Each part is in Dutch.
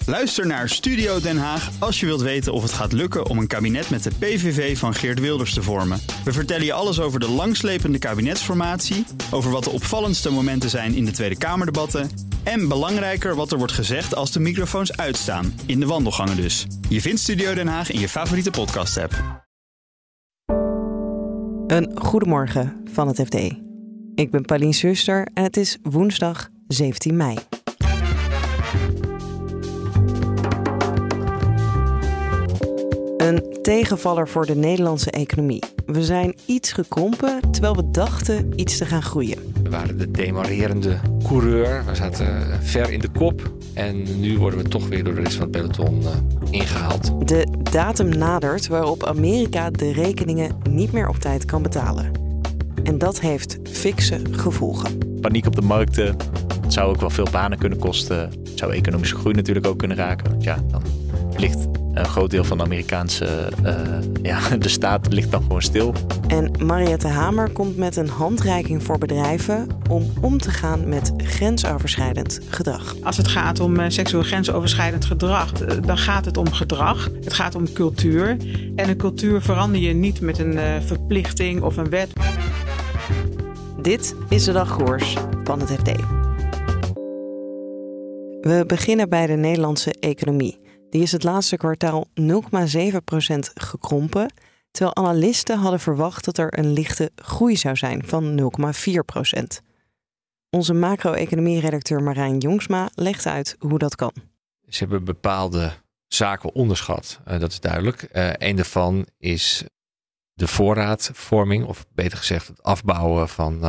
Luister naar Studio Den Haag als je wilt weten of het gaat lukken om een kabinet met de PVV van Geert Wilders te vormen. We vertellen je alles over de langslepende kabinetsformatie, over wat de opvallendste momenten zijn in de Tweede Kamerdebatten en belangrijker wat er wordt gezegd als de microfoons uitstaan, in de wandelgangen dus. Je vindt Studio Den Haag in je favoriete podcast-app. Een goedemorgen van het FD. Ik ben Paulien Suster en het is woensdag 17 mei. Een tegenvaller voor de Nederlandse economie. We zijn iets gekrompen, terwijl we dachten iets te gaan groeien. We waren de demarerende coureur. We zaten ver in de kop. En nu worden we toch weer door de rest van het peloton ingehaald. De datum nadert waarop Amerika de rekeningen niet meer op tijd kan betalen. En dat heeft fikse gevolgen. Paniek op de markten. Het zou ook wel veel banen kunnen kosten. Het zou economische groei natuurlijk ook kunnen raken. Want ja, dan ligt een groot deel van de Amerikaanse de staat ligt dan gewoon stil. En Mariette Hamer komt met een handreiking voor bedrijven om te gaan met grensoverschrijdend gedrag. Als het gaat om seksueel grensoverschrijdend gedrag, dan gaat het om gedrag. Het gaat om cultuur. En een cultuur verander je niet met een verplichting of een wet. Dit is de dagkoers van het FD. We beginnen bij de Nederlandse economie. Die is het laatste kwartaal 0,7% gekrompen, terwijl analisten hadden verwacht dat er een lichte groei zou zijn van 0,4%. Onze macro-economie-redacteur Marijn Jongsma legt uit hoe dat kan. Ze hebben bepaalde zaken onderschat, dat is duidelijk. Een daarvan is de voorraadvorming, of beter gezegd het afbouwen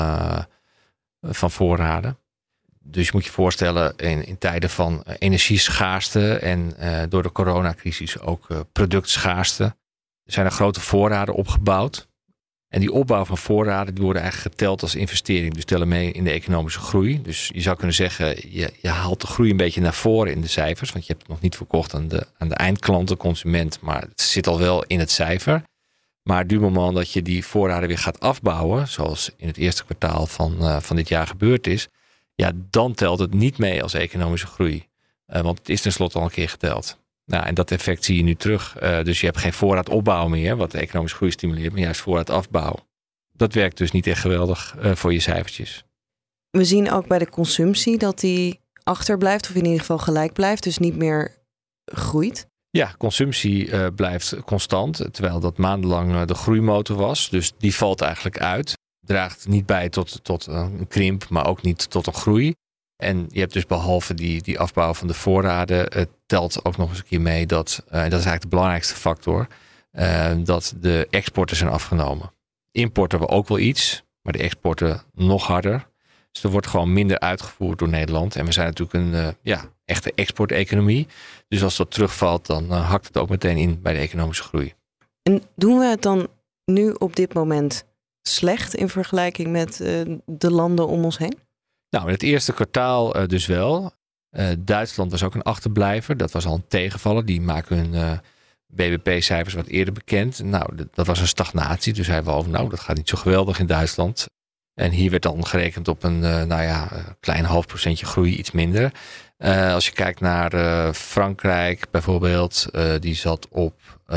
van voorraden. Dus je moet je voorstellen in tijden van energieschaarste en door de coronacrisis ook productschaarste zijn er grote voorraden opgebouwd. En die opbouw van voorraden die worden eigenlijk geteld als investering. Dus tellen mee in de economische groei. Dus je zou kunnen zeggen, je haalt de groei een beetje naar voren in de cijfers. Want je hebt het nog niet verkocht aan de eindklant, de consument. Maar het zit al wel in het cijfer. Maar du moment dat je die voorraden weer gaat afbouwen, zoals in het eerste kwartaal van dit jaar gebeurd is, ja, dan telt het niet mee als economische groei. Want het is tenslotte al een keer geteld. Nou, en dat effect zie je nu terug. Dus je hebt geen voorraadopbouw meer, wat de economische groei stimuleert, maar juist voorraadafbouw. Dat werkt dus niet echt geweldig voor je cijfertjes. We zien ook bij de consumptie dat die achterblijft, of in ieder geval gelijk blijft, dus niet meer groeit. Ja, consumptie blijft constant, terwijl dat maandenlang de groeimotor was. Dus die valt eigenlijk uit. Draagt niet bij tot een krimp, maar ook niet tot een groei. En je hebt dus behalve die afbouw van de voorraden, het telt ook nog eens een keer mee dat, en dat is eigenlijk de belangrijkste factor, dat de exporten zijn afgenomen. Importen we ook wel iets, maar de exporten nog harder. Dus er wordt gewoon minder uitgevoerd door Nederland. En we zijn natuurlijk een echte exporteconomie. Dus als dat terugvalt, dan hakt het ook meteen in bij de economische groei. En doen we het dan nu op dit moment slecht in vergelijking met de landen om ons heen? Nou, in het eerste kwartaal dus wel. Duitsland was ook een achterblijver. Dat was al een tegenvaller. Die maken hun BBP-cijfers wat eerder bekend. Nou, dat was een stagnatie. Dus hij wou, dat gaat niet zo geweldig in Duitsland. En hier werd dan gerekend op een klein 0,5% groei, iets minder. Als je kijkt naar Frankrijk bijvoorbeeld, die zat op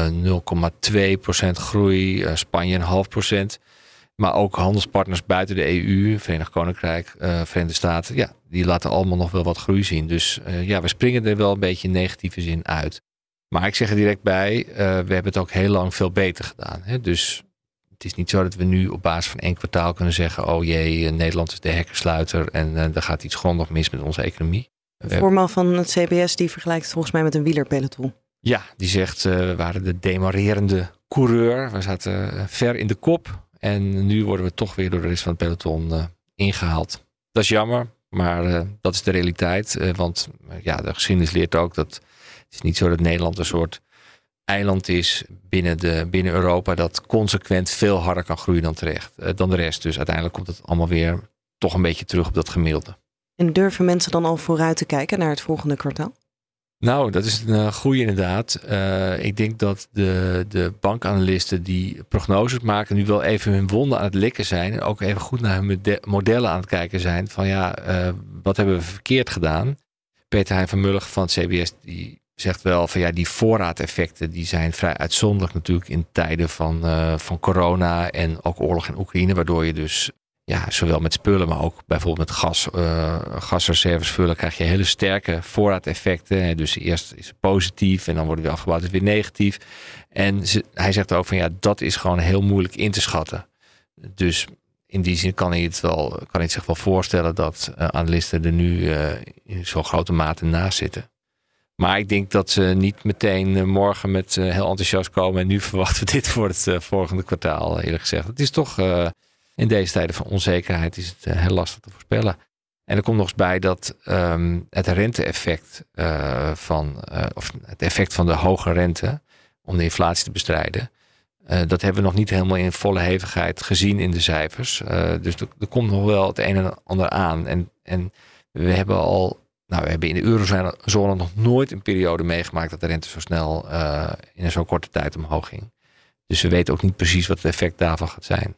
0,2% groei. Spanje 0,5%. Maar ook handelspartners buiten de EU, Verenigd Koninkrijk, Verenigde Staten, die laten allemaal nog wel wat groei zien. Dus we springen er wel een beetje in negatieve zin uit. Maar ik zeg er direct bij, we hebben het ook heel lang veel beter gedaan. Hè? Dus het is niet zo dat we nu op basis van 1 kwartaal kunnen zeggen, oh jee, Nederland is de hekkensluiter en er gaat iets grondig mis met onze economie. De voorman van het CBS die vergelijkt het volgens mij met een wielerpeloton. Ja, die zegt, we waren de demarerende coureur. We zaten ver in de kop. En nu worden we toch weer door de rest van het peloton ingehaald. Dat is jammer, maar dat is de realiteit. Want de geschiedenis leert ook dat het is niet zo dat Nederland een soort eiland is binnen Europa dat consequent veel harder kan groeien dan de rest. Dus uiteindelijk komt het allemaal weer toch een beetje terug op dat gemiddelde. En durven mensen dan al vooruit te kijken naar het volgende kwartaal? Nou, dat is een goede inderdaad. Ik denk dat de bankanalisten die prognoses maken nu wel even hun wonden aan het likken zijn. En ook even goed naar hun modellen aan het kijken zijn. Van wat hebben we verkeerd gedaan? Peter Hein van Mulligen van het CBS, die zegt wel van die voorraadeffecten die zijn vrij uitzonderlijk natuurlijk in tijden van corona en ook oorlog in Oekraïne, waardoor je dus zowel met spullen, maar ook bijvoorbeeld met gasreserves vullen, krijg je hele sterke voorraadeffecten. Dus eerst is het positief en dan worden weer afgebouwd, is het weer negatief. En hij zegt ook van dat is gewoon heel moeilijk in te schatten. Dus in die zin kan hij het zich wel voorstellen dat analisten er nu in zo'n grote mate naast zitten. Maar ik denk dat ze niet meteen morgen met heel enthousiast komen en nu verwachten we dit voor het volgende kwartaal, eerlijk gezegd. Het is toch in deze tijden van onzekerheid is het heel lastig te voorspellen. En er komt nog eens bij dat het rente-effect of het effect van de hoge rente om de inflatie te bestrijden, dat hebben we nog niet helemaal in volle hevigheid gezien in de cijfers. Dus er komt nog wel het een en ander aan. En we hebben in de eurozone nog nooit een periode meegemaakt dat de rente zo snel in een zo korte tijd omhoog ging. Dus we weten ook niet precies wat het effect daarvan gaat zijn.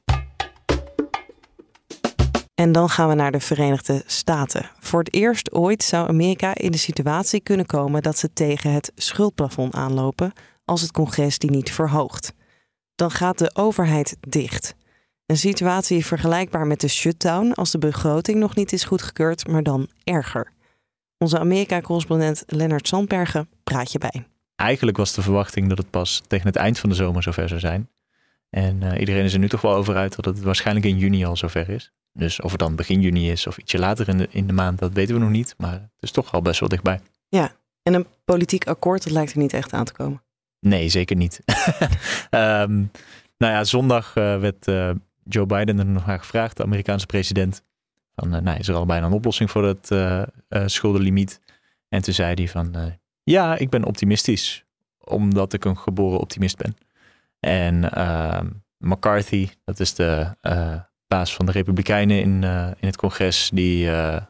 En dan gaan we naar de Verenigde Staten. Voor het eerst ooit zou Amerika in de situatie kunnen komen dat ze tegen het schuldplafond aanlopen als het congres die niet verhoogt. Dan gaat de overheid dicht. Een situatie vergelijkbaar met de shutdown als de begroting nog niet is goedgekeurd, maar dan erger. Onze Amerika-correspondent Lennart Sandbergen praat je bij. Eigenlijk was de verwachting dat het pas tegen het eind van de zomer zover zou zijn. En iedereen is er nu toch wel over uit dat het waarschijnlijk in juni al zover is. Dus of het dan begin juni is of ietsje later in de maand, dat weten we nog niet. Maar het is toch al best wel dichtbij. Ja, en een politiek akkoord, dat lijkt er niet echt aan te komen. Nee, zeker niet. Zondag werd Joe Biden er nog naar gevraagd, de Amerikaanse president. Is er al bijna een oplossing voor het schuldenlimiet? En toen zei hij van, ik ben optimistisch, omdat ik een geboren optimist ben. En McCarthy, dat is de baas van de Republikeinen in het congres, die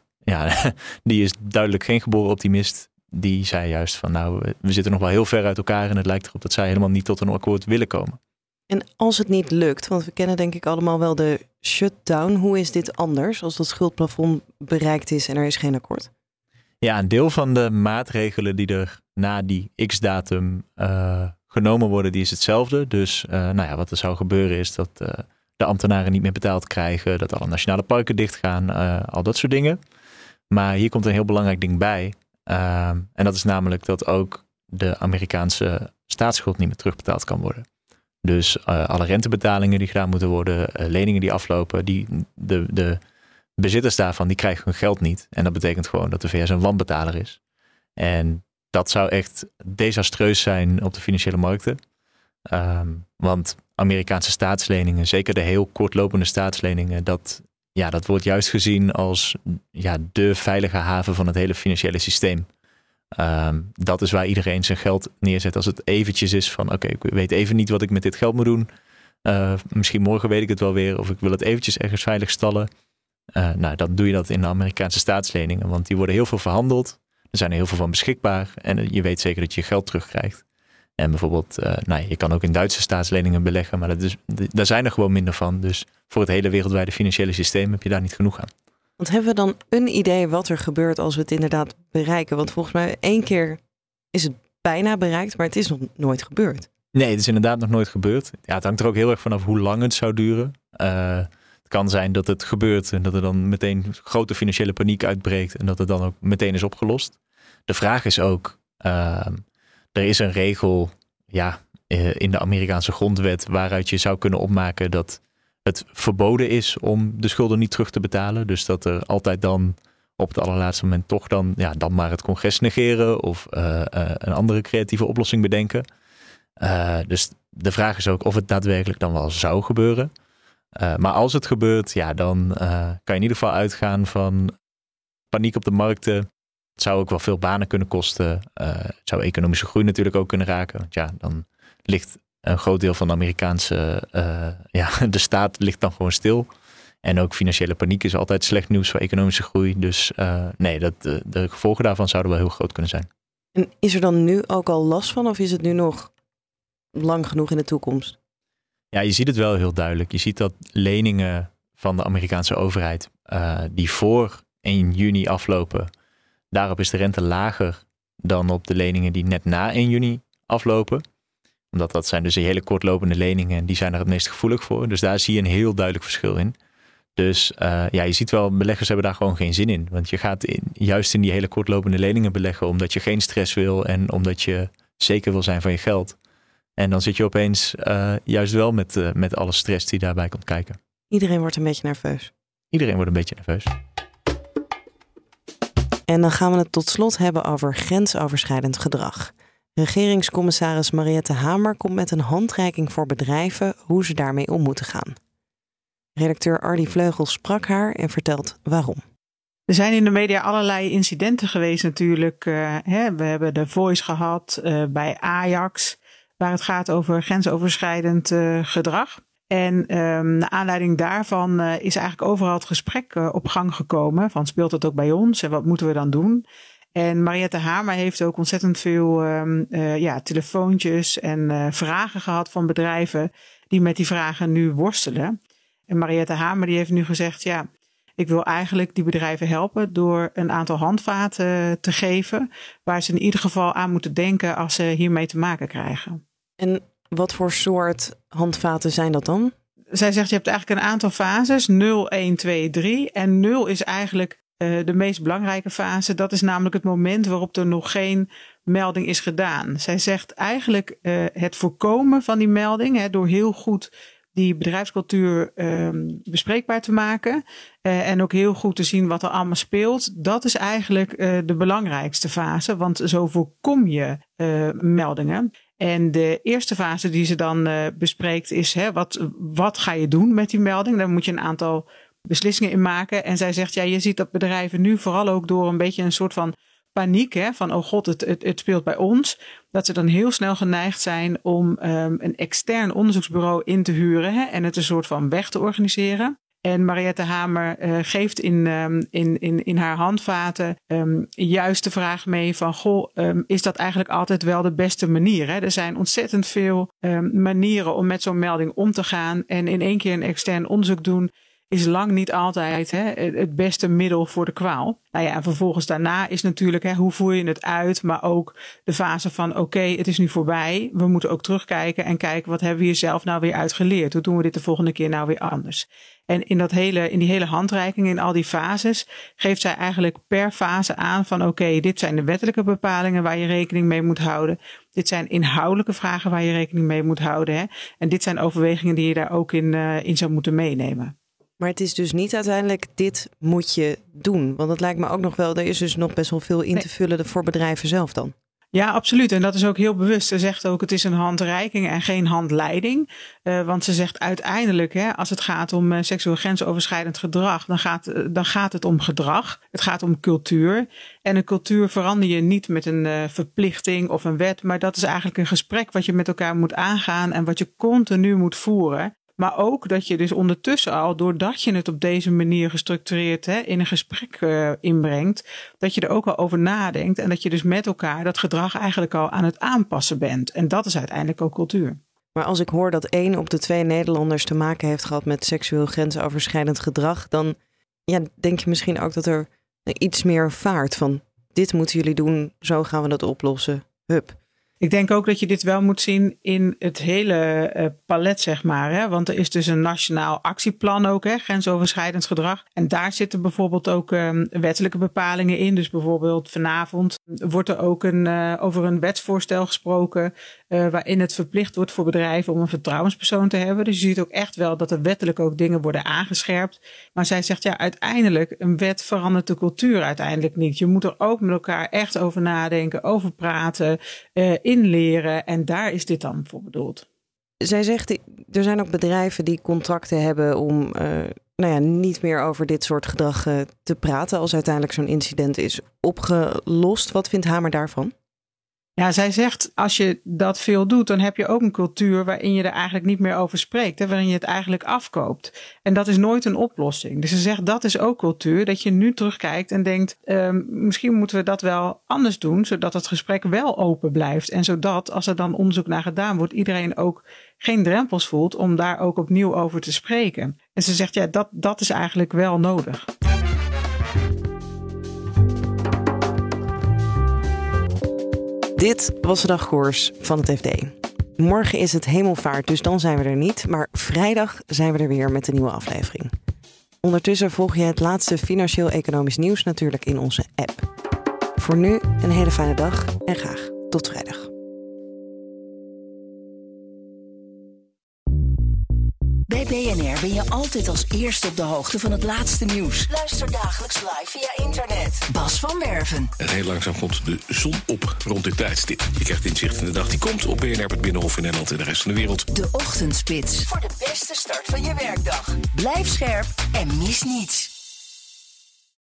is duidelijk geen geboren optimist. Die zei juist van, we zitten nog wel heel ver uit elkaar en het lijkt erop dat zij helemaal niet tot een akkoord willen komen. En als het niet lukt, want we kennen denk ik allemaal wel de shutdown. Hoe is dit anders als dat schuldplafond bereikt is en er is geen akkoord? Ja, een deel van de maatregelen die er na die x-datum genomen worden, die is hetzelfde. Dus wat er zou gebeuren is dat de ambtenaren niet meer betaald krijgen, dat alle nationale parken dichtgaan, al dat soort dingen. Maar hier komt een heel belangrijk ding bij. En dat is namelijk dat ook de Amerikaanse staatsschuld niet meer terugbetaald kan worden. Dus alle rentebetalingen die gedaan moeten worden, leningen die aflopen, de bezitters daarvan, die krijgen hun geld niet. En dat betekent gewoon dat de VS een wanbetaler is. En dat zou echt desastreus zijn op de financiële markten. Want Amerikaanse staatsleningen, zeker de heel kortlopende staatsleningen, dat wordt juist gezien als de veilige haven van het hele financiële systeem. Dat is waar iedereen zijn geld neerzet als het eventjes is van ik weet even niet wat ik met dit geld moet doen. Misschien morgen weet ik het wel weer of ik wil het eventjes ergens veilig stallen. Dan doe je dat in de Amerikaanse staatsleningen, want die worden heel veel verhandeld. Er zijn er heel veel van beschikbaar en je weet zeker dat je je geld terugkrijgt. En bijvoorbeeld, je kan ook in Duitse staatsleningen beleggen, maar daar zijn er gewoon minder van. Dus voor het hele wereldwijde financiële systeem heb je daar niet genoeg aan. Want hebben we dan een idee wat er gebeurt als we het inderdaad bereiken? Want volgens mij 1 keer is het bijna bereikt, maar het is nog nooit gebeurd. Nee, het is inderdaad nog nooit gebeurd. Ja, het hangt er ook heel erg vanaf hoe lang het zou duren. Het kan zijn dat het gebeurt en dat er dan meteen grote financiële paniek uitbreekt en dat het dan ook meteen is opgelost. De vraag is ook, er is een regel in de Amerikaanse grondwet waaruit je zou kunnen opmaken dat het verboden is om de schulden niet terug te betalen. Dus dat er altijd dan op het allerlaatste moment toch dan maar het congres negeren of een andere creatieve oplossing bedenken. Dus de vraag is ook of het daadwerkelijk dan wel zou gebeuren. Maar als het gebeurt, dan kan je in ieder geval uitgaan van paniek op de markten. Het zou ook wel veel banen kunnen kosten. Het zou economische groei natuurlijk ook kunnen raken. Want dan ligt een groot deel van de Amerikaanse, de staat ligt dan gewoon stil. En ook financiële paniek is altijd slecht nieuws voor economische groei. Dus de gevolgen daarvan zouden wel heel groot kunnen zijn. En is er dan nu ook al last van of is het nu nog lang genoeg in de toekomst? Ja, je ziet het wel heel duidelijk. Je ziet dat leningen van de Amerikaanse overheid die voor 1 juni aflopen, Daarop is de rente lager dan op de leningen die net na 1 juni aflopen. Omdat dat zijn dus die hele kortlopende leningen en die zijn er het meest gevoelig voor. Dus daar zie je een heel duidelijk verschil in. Dus je ziet wel, beleggers hebben daar gewoon geen zin in. Want je gaat juist in die hele kortlopende leningen beleggen omdat je geen stress wil en omdat je zeker wil zijn van je geld. En dan zit je opeens juist wel met alle stress die daarbij komt kijken. Iedereen wordt een beetje nerveus. Iedereen wordt een beetje nerveus. En dan gaan we het tot slot hebben over grensoverschrijdend gedrag. Regeringscommissaris Mariette Hamer komt met een handreiking voor bedrijven hoe ze daarmee om moeten gaan. Redacteur Ardy Vleugels sprak haar en vertelt waarom. Er zijn in de media allerlei incidenten geweest natuurlijk. We hebben de Voice gehad bij Ajax, waar het gaat over grensoverschrijdend gedrag. En naar aanleiding daarvan is eigenlijk overal het gesprek op gang gekomen. Van speelt het ook bij ons en wat moeten we dan doen? En Mariette Hamer heeft ook ontzettend veel telefoontjes en vragen gehad van bedrijven die met die vragen nu worstelen. En Mariette Hamer die heeft nu gezegd, ja, ik wil eigenlijk die bedrijven helpen door een aantal handvaten te geven waar ze in ieder geval aan moeten denken als ze hiermee te maken krijgen. En wat voor soort handvaten zijn dat dan? Zij zegt, je hebt eigenlijk een aantal fases, 0, 1, 2, 3. En 0 is eigenlijk de meest belangrijke fase. Dat is namelijk het moment waarop er nog geen melding is gedaan. Zij zegt eigenlijk het voorkomen van die melding, door heel goed die bedrijfscultuur bespreekbaar te maken. En ook heel goed te zien wat er allemaal speelt. Dat is eigenlijk de belangrijkste fase. Want zo voorkom je meldingen. En de eerste fase die ze dan bespreekt is, wat ga je doen met die melding? Daar moet je een aantal beslissingen in maken. En zij zegt, ja, je ziet dat bedrijven nu vooral ook door een beetje een soort van paniek, van oh god, het speelt bij ons. Dat ze dan heel snel geneigd zijn om een extern onderzoeksbureau in te huren en het een soort van weg te organiseren. En Mariette Hamer geeft in haar handvaten juist de vraag mee van, is dat eigenlijk altijd wel de beste manier? Hè? Er zijn ontzettend veel manieren om met zo'n melding om te gaan. En in één keer een extern onderzoek doen is lang niet altijd het beste middel voor de kwaal. Nou ja, en vervolgens daarna is natuurlijk, hoe voer je het uit? Maar ook de fase van, oké, het is nu voorbij. We moeten ook terugkijken en kijken, wat hebben we hier zelf nou weer uit geleerd? Hoe doen we dit de volgende keer nou weer anders? En in die hele handreiking, in al die fases, geeft zij eigenlijk per fase aan van, oké, dit zijn de wettelijke bepalingen waar je rekening mee moet houden. Dit zijn inhoudelijke vragen waar je rekening mee moet houden. En dit zijn overwegingen die je daar ook in zou moeten meenemen. Maar het is dus niet uiteindelijk, dit moet je doen. Want het lijkt me ook nog wel, er is dus nog best wel veel in te vullen voor bedrijven zelf dan. Ja, absoluut. En dat is ook heel bewust. Ze zegt ook, het is een handreiking en geen handleiding. Want ze zegt uiteindelijk, als het gaat om seksueel grensoverschrijdend gedrag, dan gaat het om gedrag. Het gaat om cultuur. En een cultuur verander je niet met een verplichting of een wet. Maar dat is eigenlijk een gesprek wat je met elkaar moet aangaan en wat je continu moet voeren. Maar ook dat je dus ondertussen al, doordat je het op deze manier gestructureerd in een gesprek inbrengt, dat je er ook al over nadenkt en dat je dus met elkaar dat gedrag eigenlijk al aan het aanpassen bent. En dat is uiteindelijk ook cultuur. Maar als ik hoor dat 1 op de 2 Nederlanders te maken heeft gehad met seksueel grensoverschrijdend gedrag, dan denk je misschien ook dat er iets meer vaart van, dit moeten jullie doen, zo gaan we dat oplossen. Hup. Ik denk ook dat je dit wel moet zien in het hele palet, zeg maar. Want er is dus een nationaal actieplan ook, grensoverschrijdend gedrag. En daar zitten bijvoorbeeld ook wettelijke bepalingen in. Dus bijvoorbeeld vanavond wordt er ook over een wetsvoorstel gesproken, waarin het verplicht wordt voor bedrijven om een vertrouwenspersoon te hebben. Dus je ziet ook echt wel dat er wettelijk ook dingen worden aangescherpt. Maar zij zegt, uiteindelijk, een wet verandert de cultuur uiteindelijk niet. Je moet er ook met elkaar echt over nadenken, over praten, inleren. En daar is dit dan voor bedoeld. Zij zegt, er zijn ook bedrijven die contracten hebben om niet meer over dit soort gedrag te praten als uiteindelijk zo'n incident is opgelost. Wat vindt Hamer daarvan? Ja, zij zegt, als je dat veel doet, dan heb je ook een cultuur waarin je er eigenlijk niet meer over spreekt. Waarin je het eigenlijk afkoopt. En dat is nooit een oplossing. Dus ze zegt, dat is ook cultuur. Dat je nu terugkijkt en denkt, misschien moeten we dat wel anders doen. Zodat het gesprek wel open blijft. En zodat, als er dan onderzoek naar gedaan wordt, iedereen ook geen drempels voelt om daar ook opnieuw over te spreken. En ze zegt, dat is eigenlijk wel nodig. Dit was de dagkoers van het FD. Morgen is het hemelvaart, dus dan zijn we er niet. Maar vrijdag zijn we er weer met een nieuwe aflevering. Ondertussen volg je het laatste financieel-economisch nieuws natuurlijk in onze app. Voor nu een hele fijne dag en graag tot vrijdag. Bij BNR ben je altijd als eerste op de hoogte van het laatste nieuws. Luister dagelijks live via internet. Bas van Werven. En heel langzaam komt de zon op rond dit tijdstip. Je krijgt inzicht in de dag die komt op BNR, het Binnenhof in Nederland en de rest van de wereld. De Ochtendspits. Voor de beste start van je werkdag. Blijf scherp en mis niets.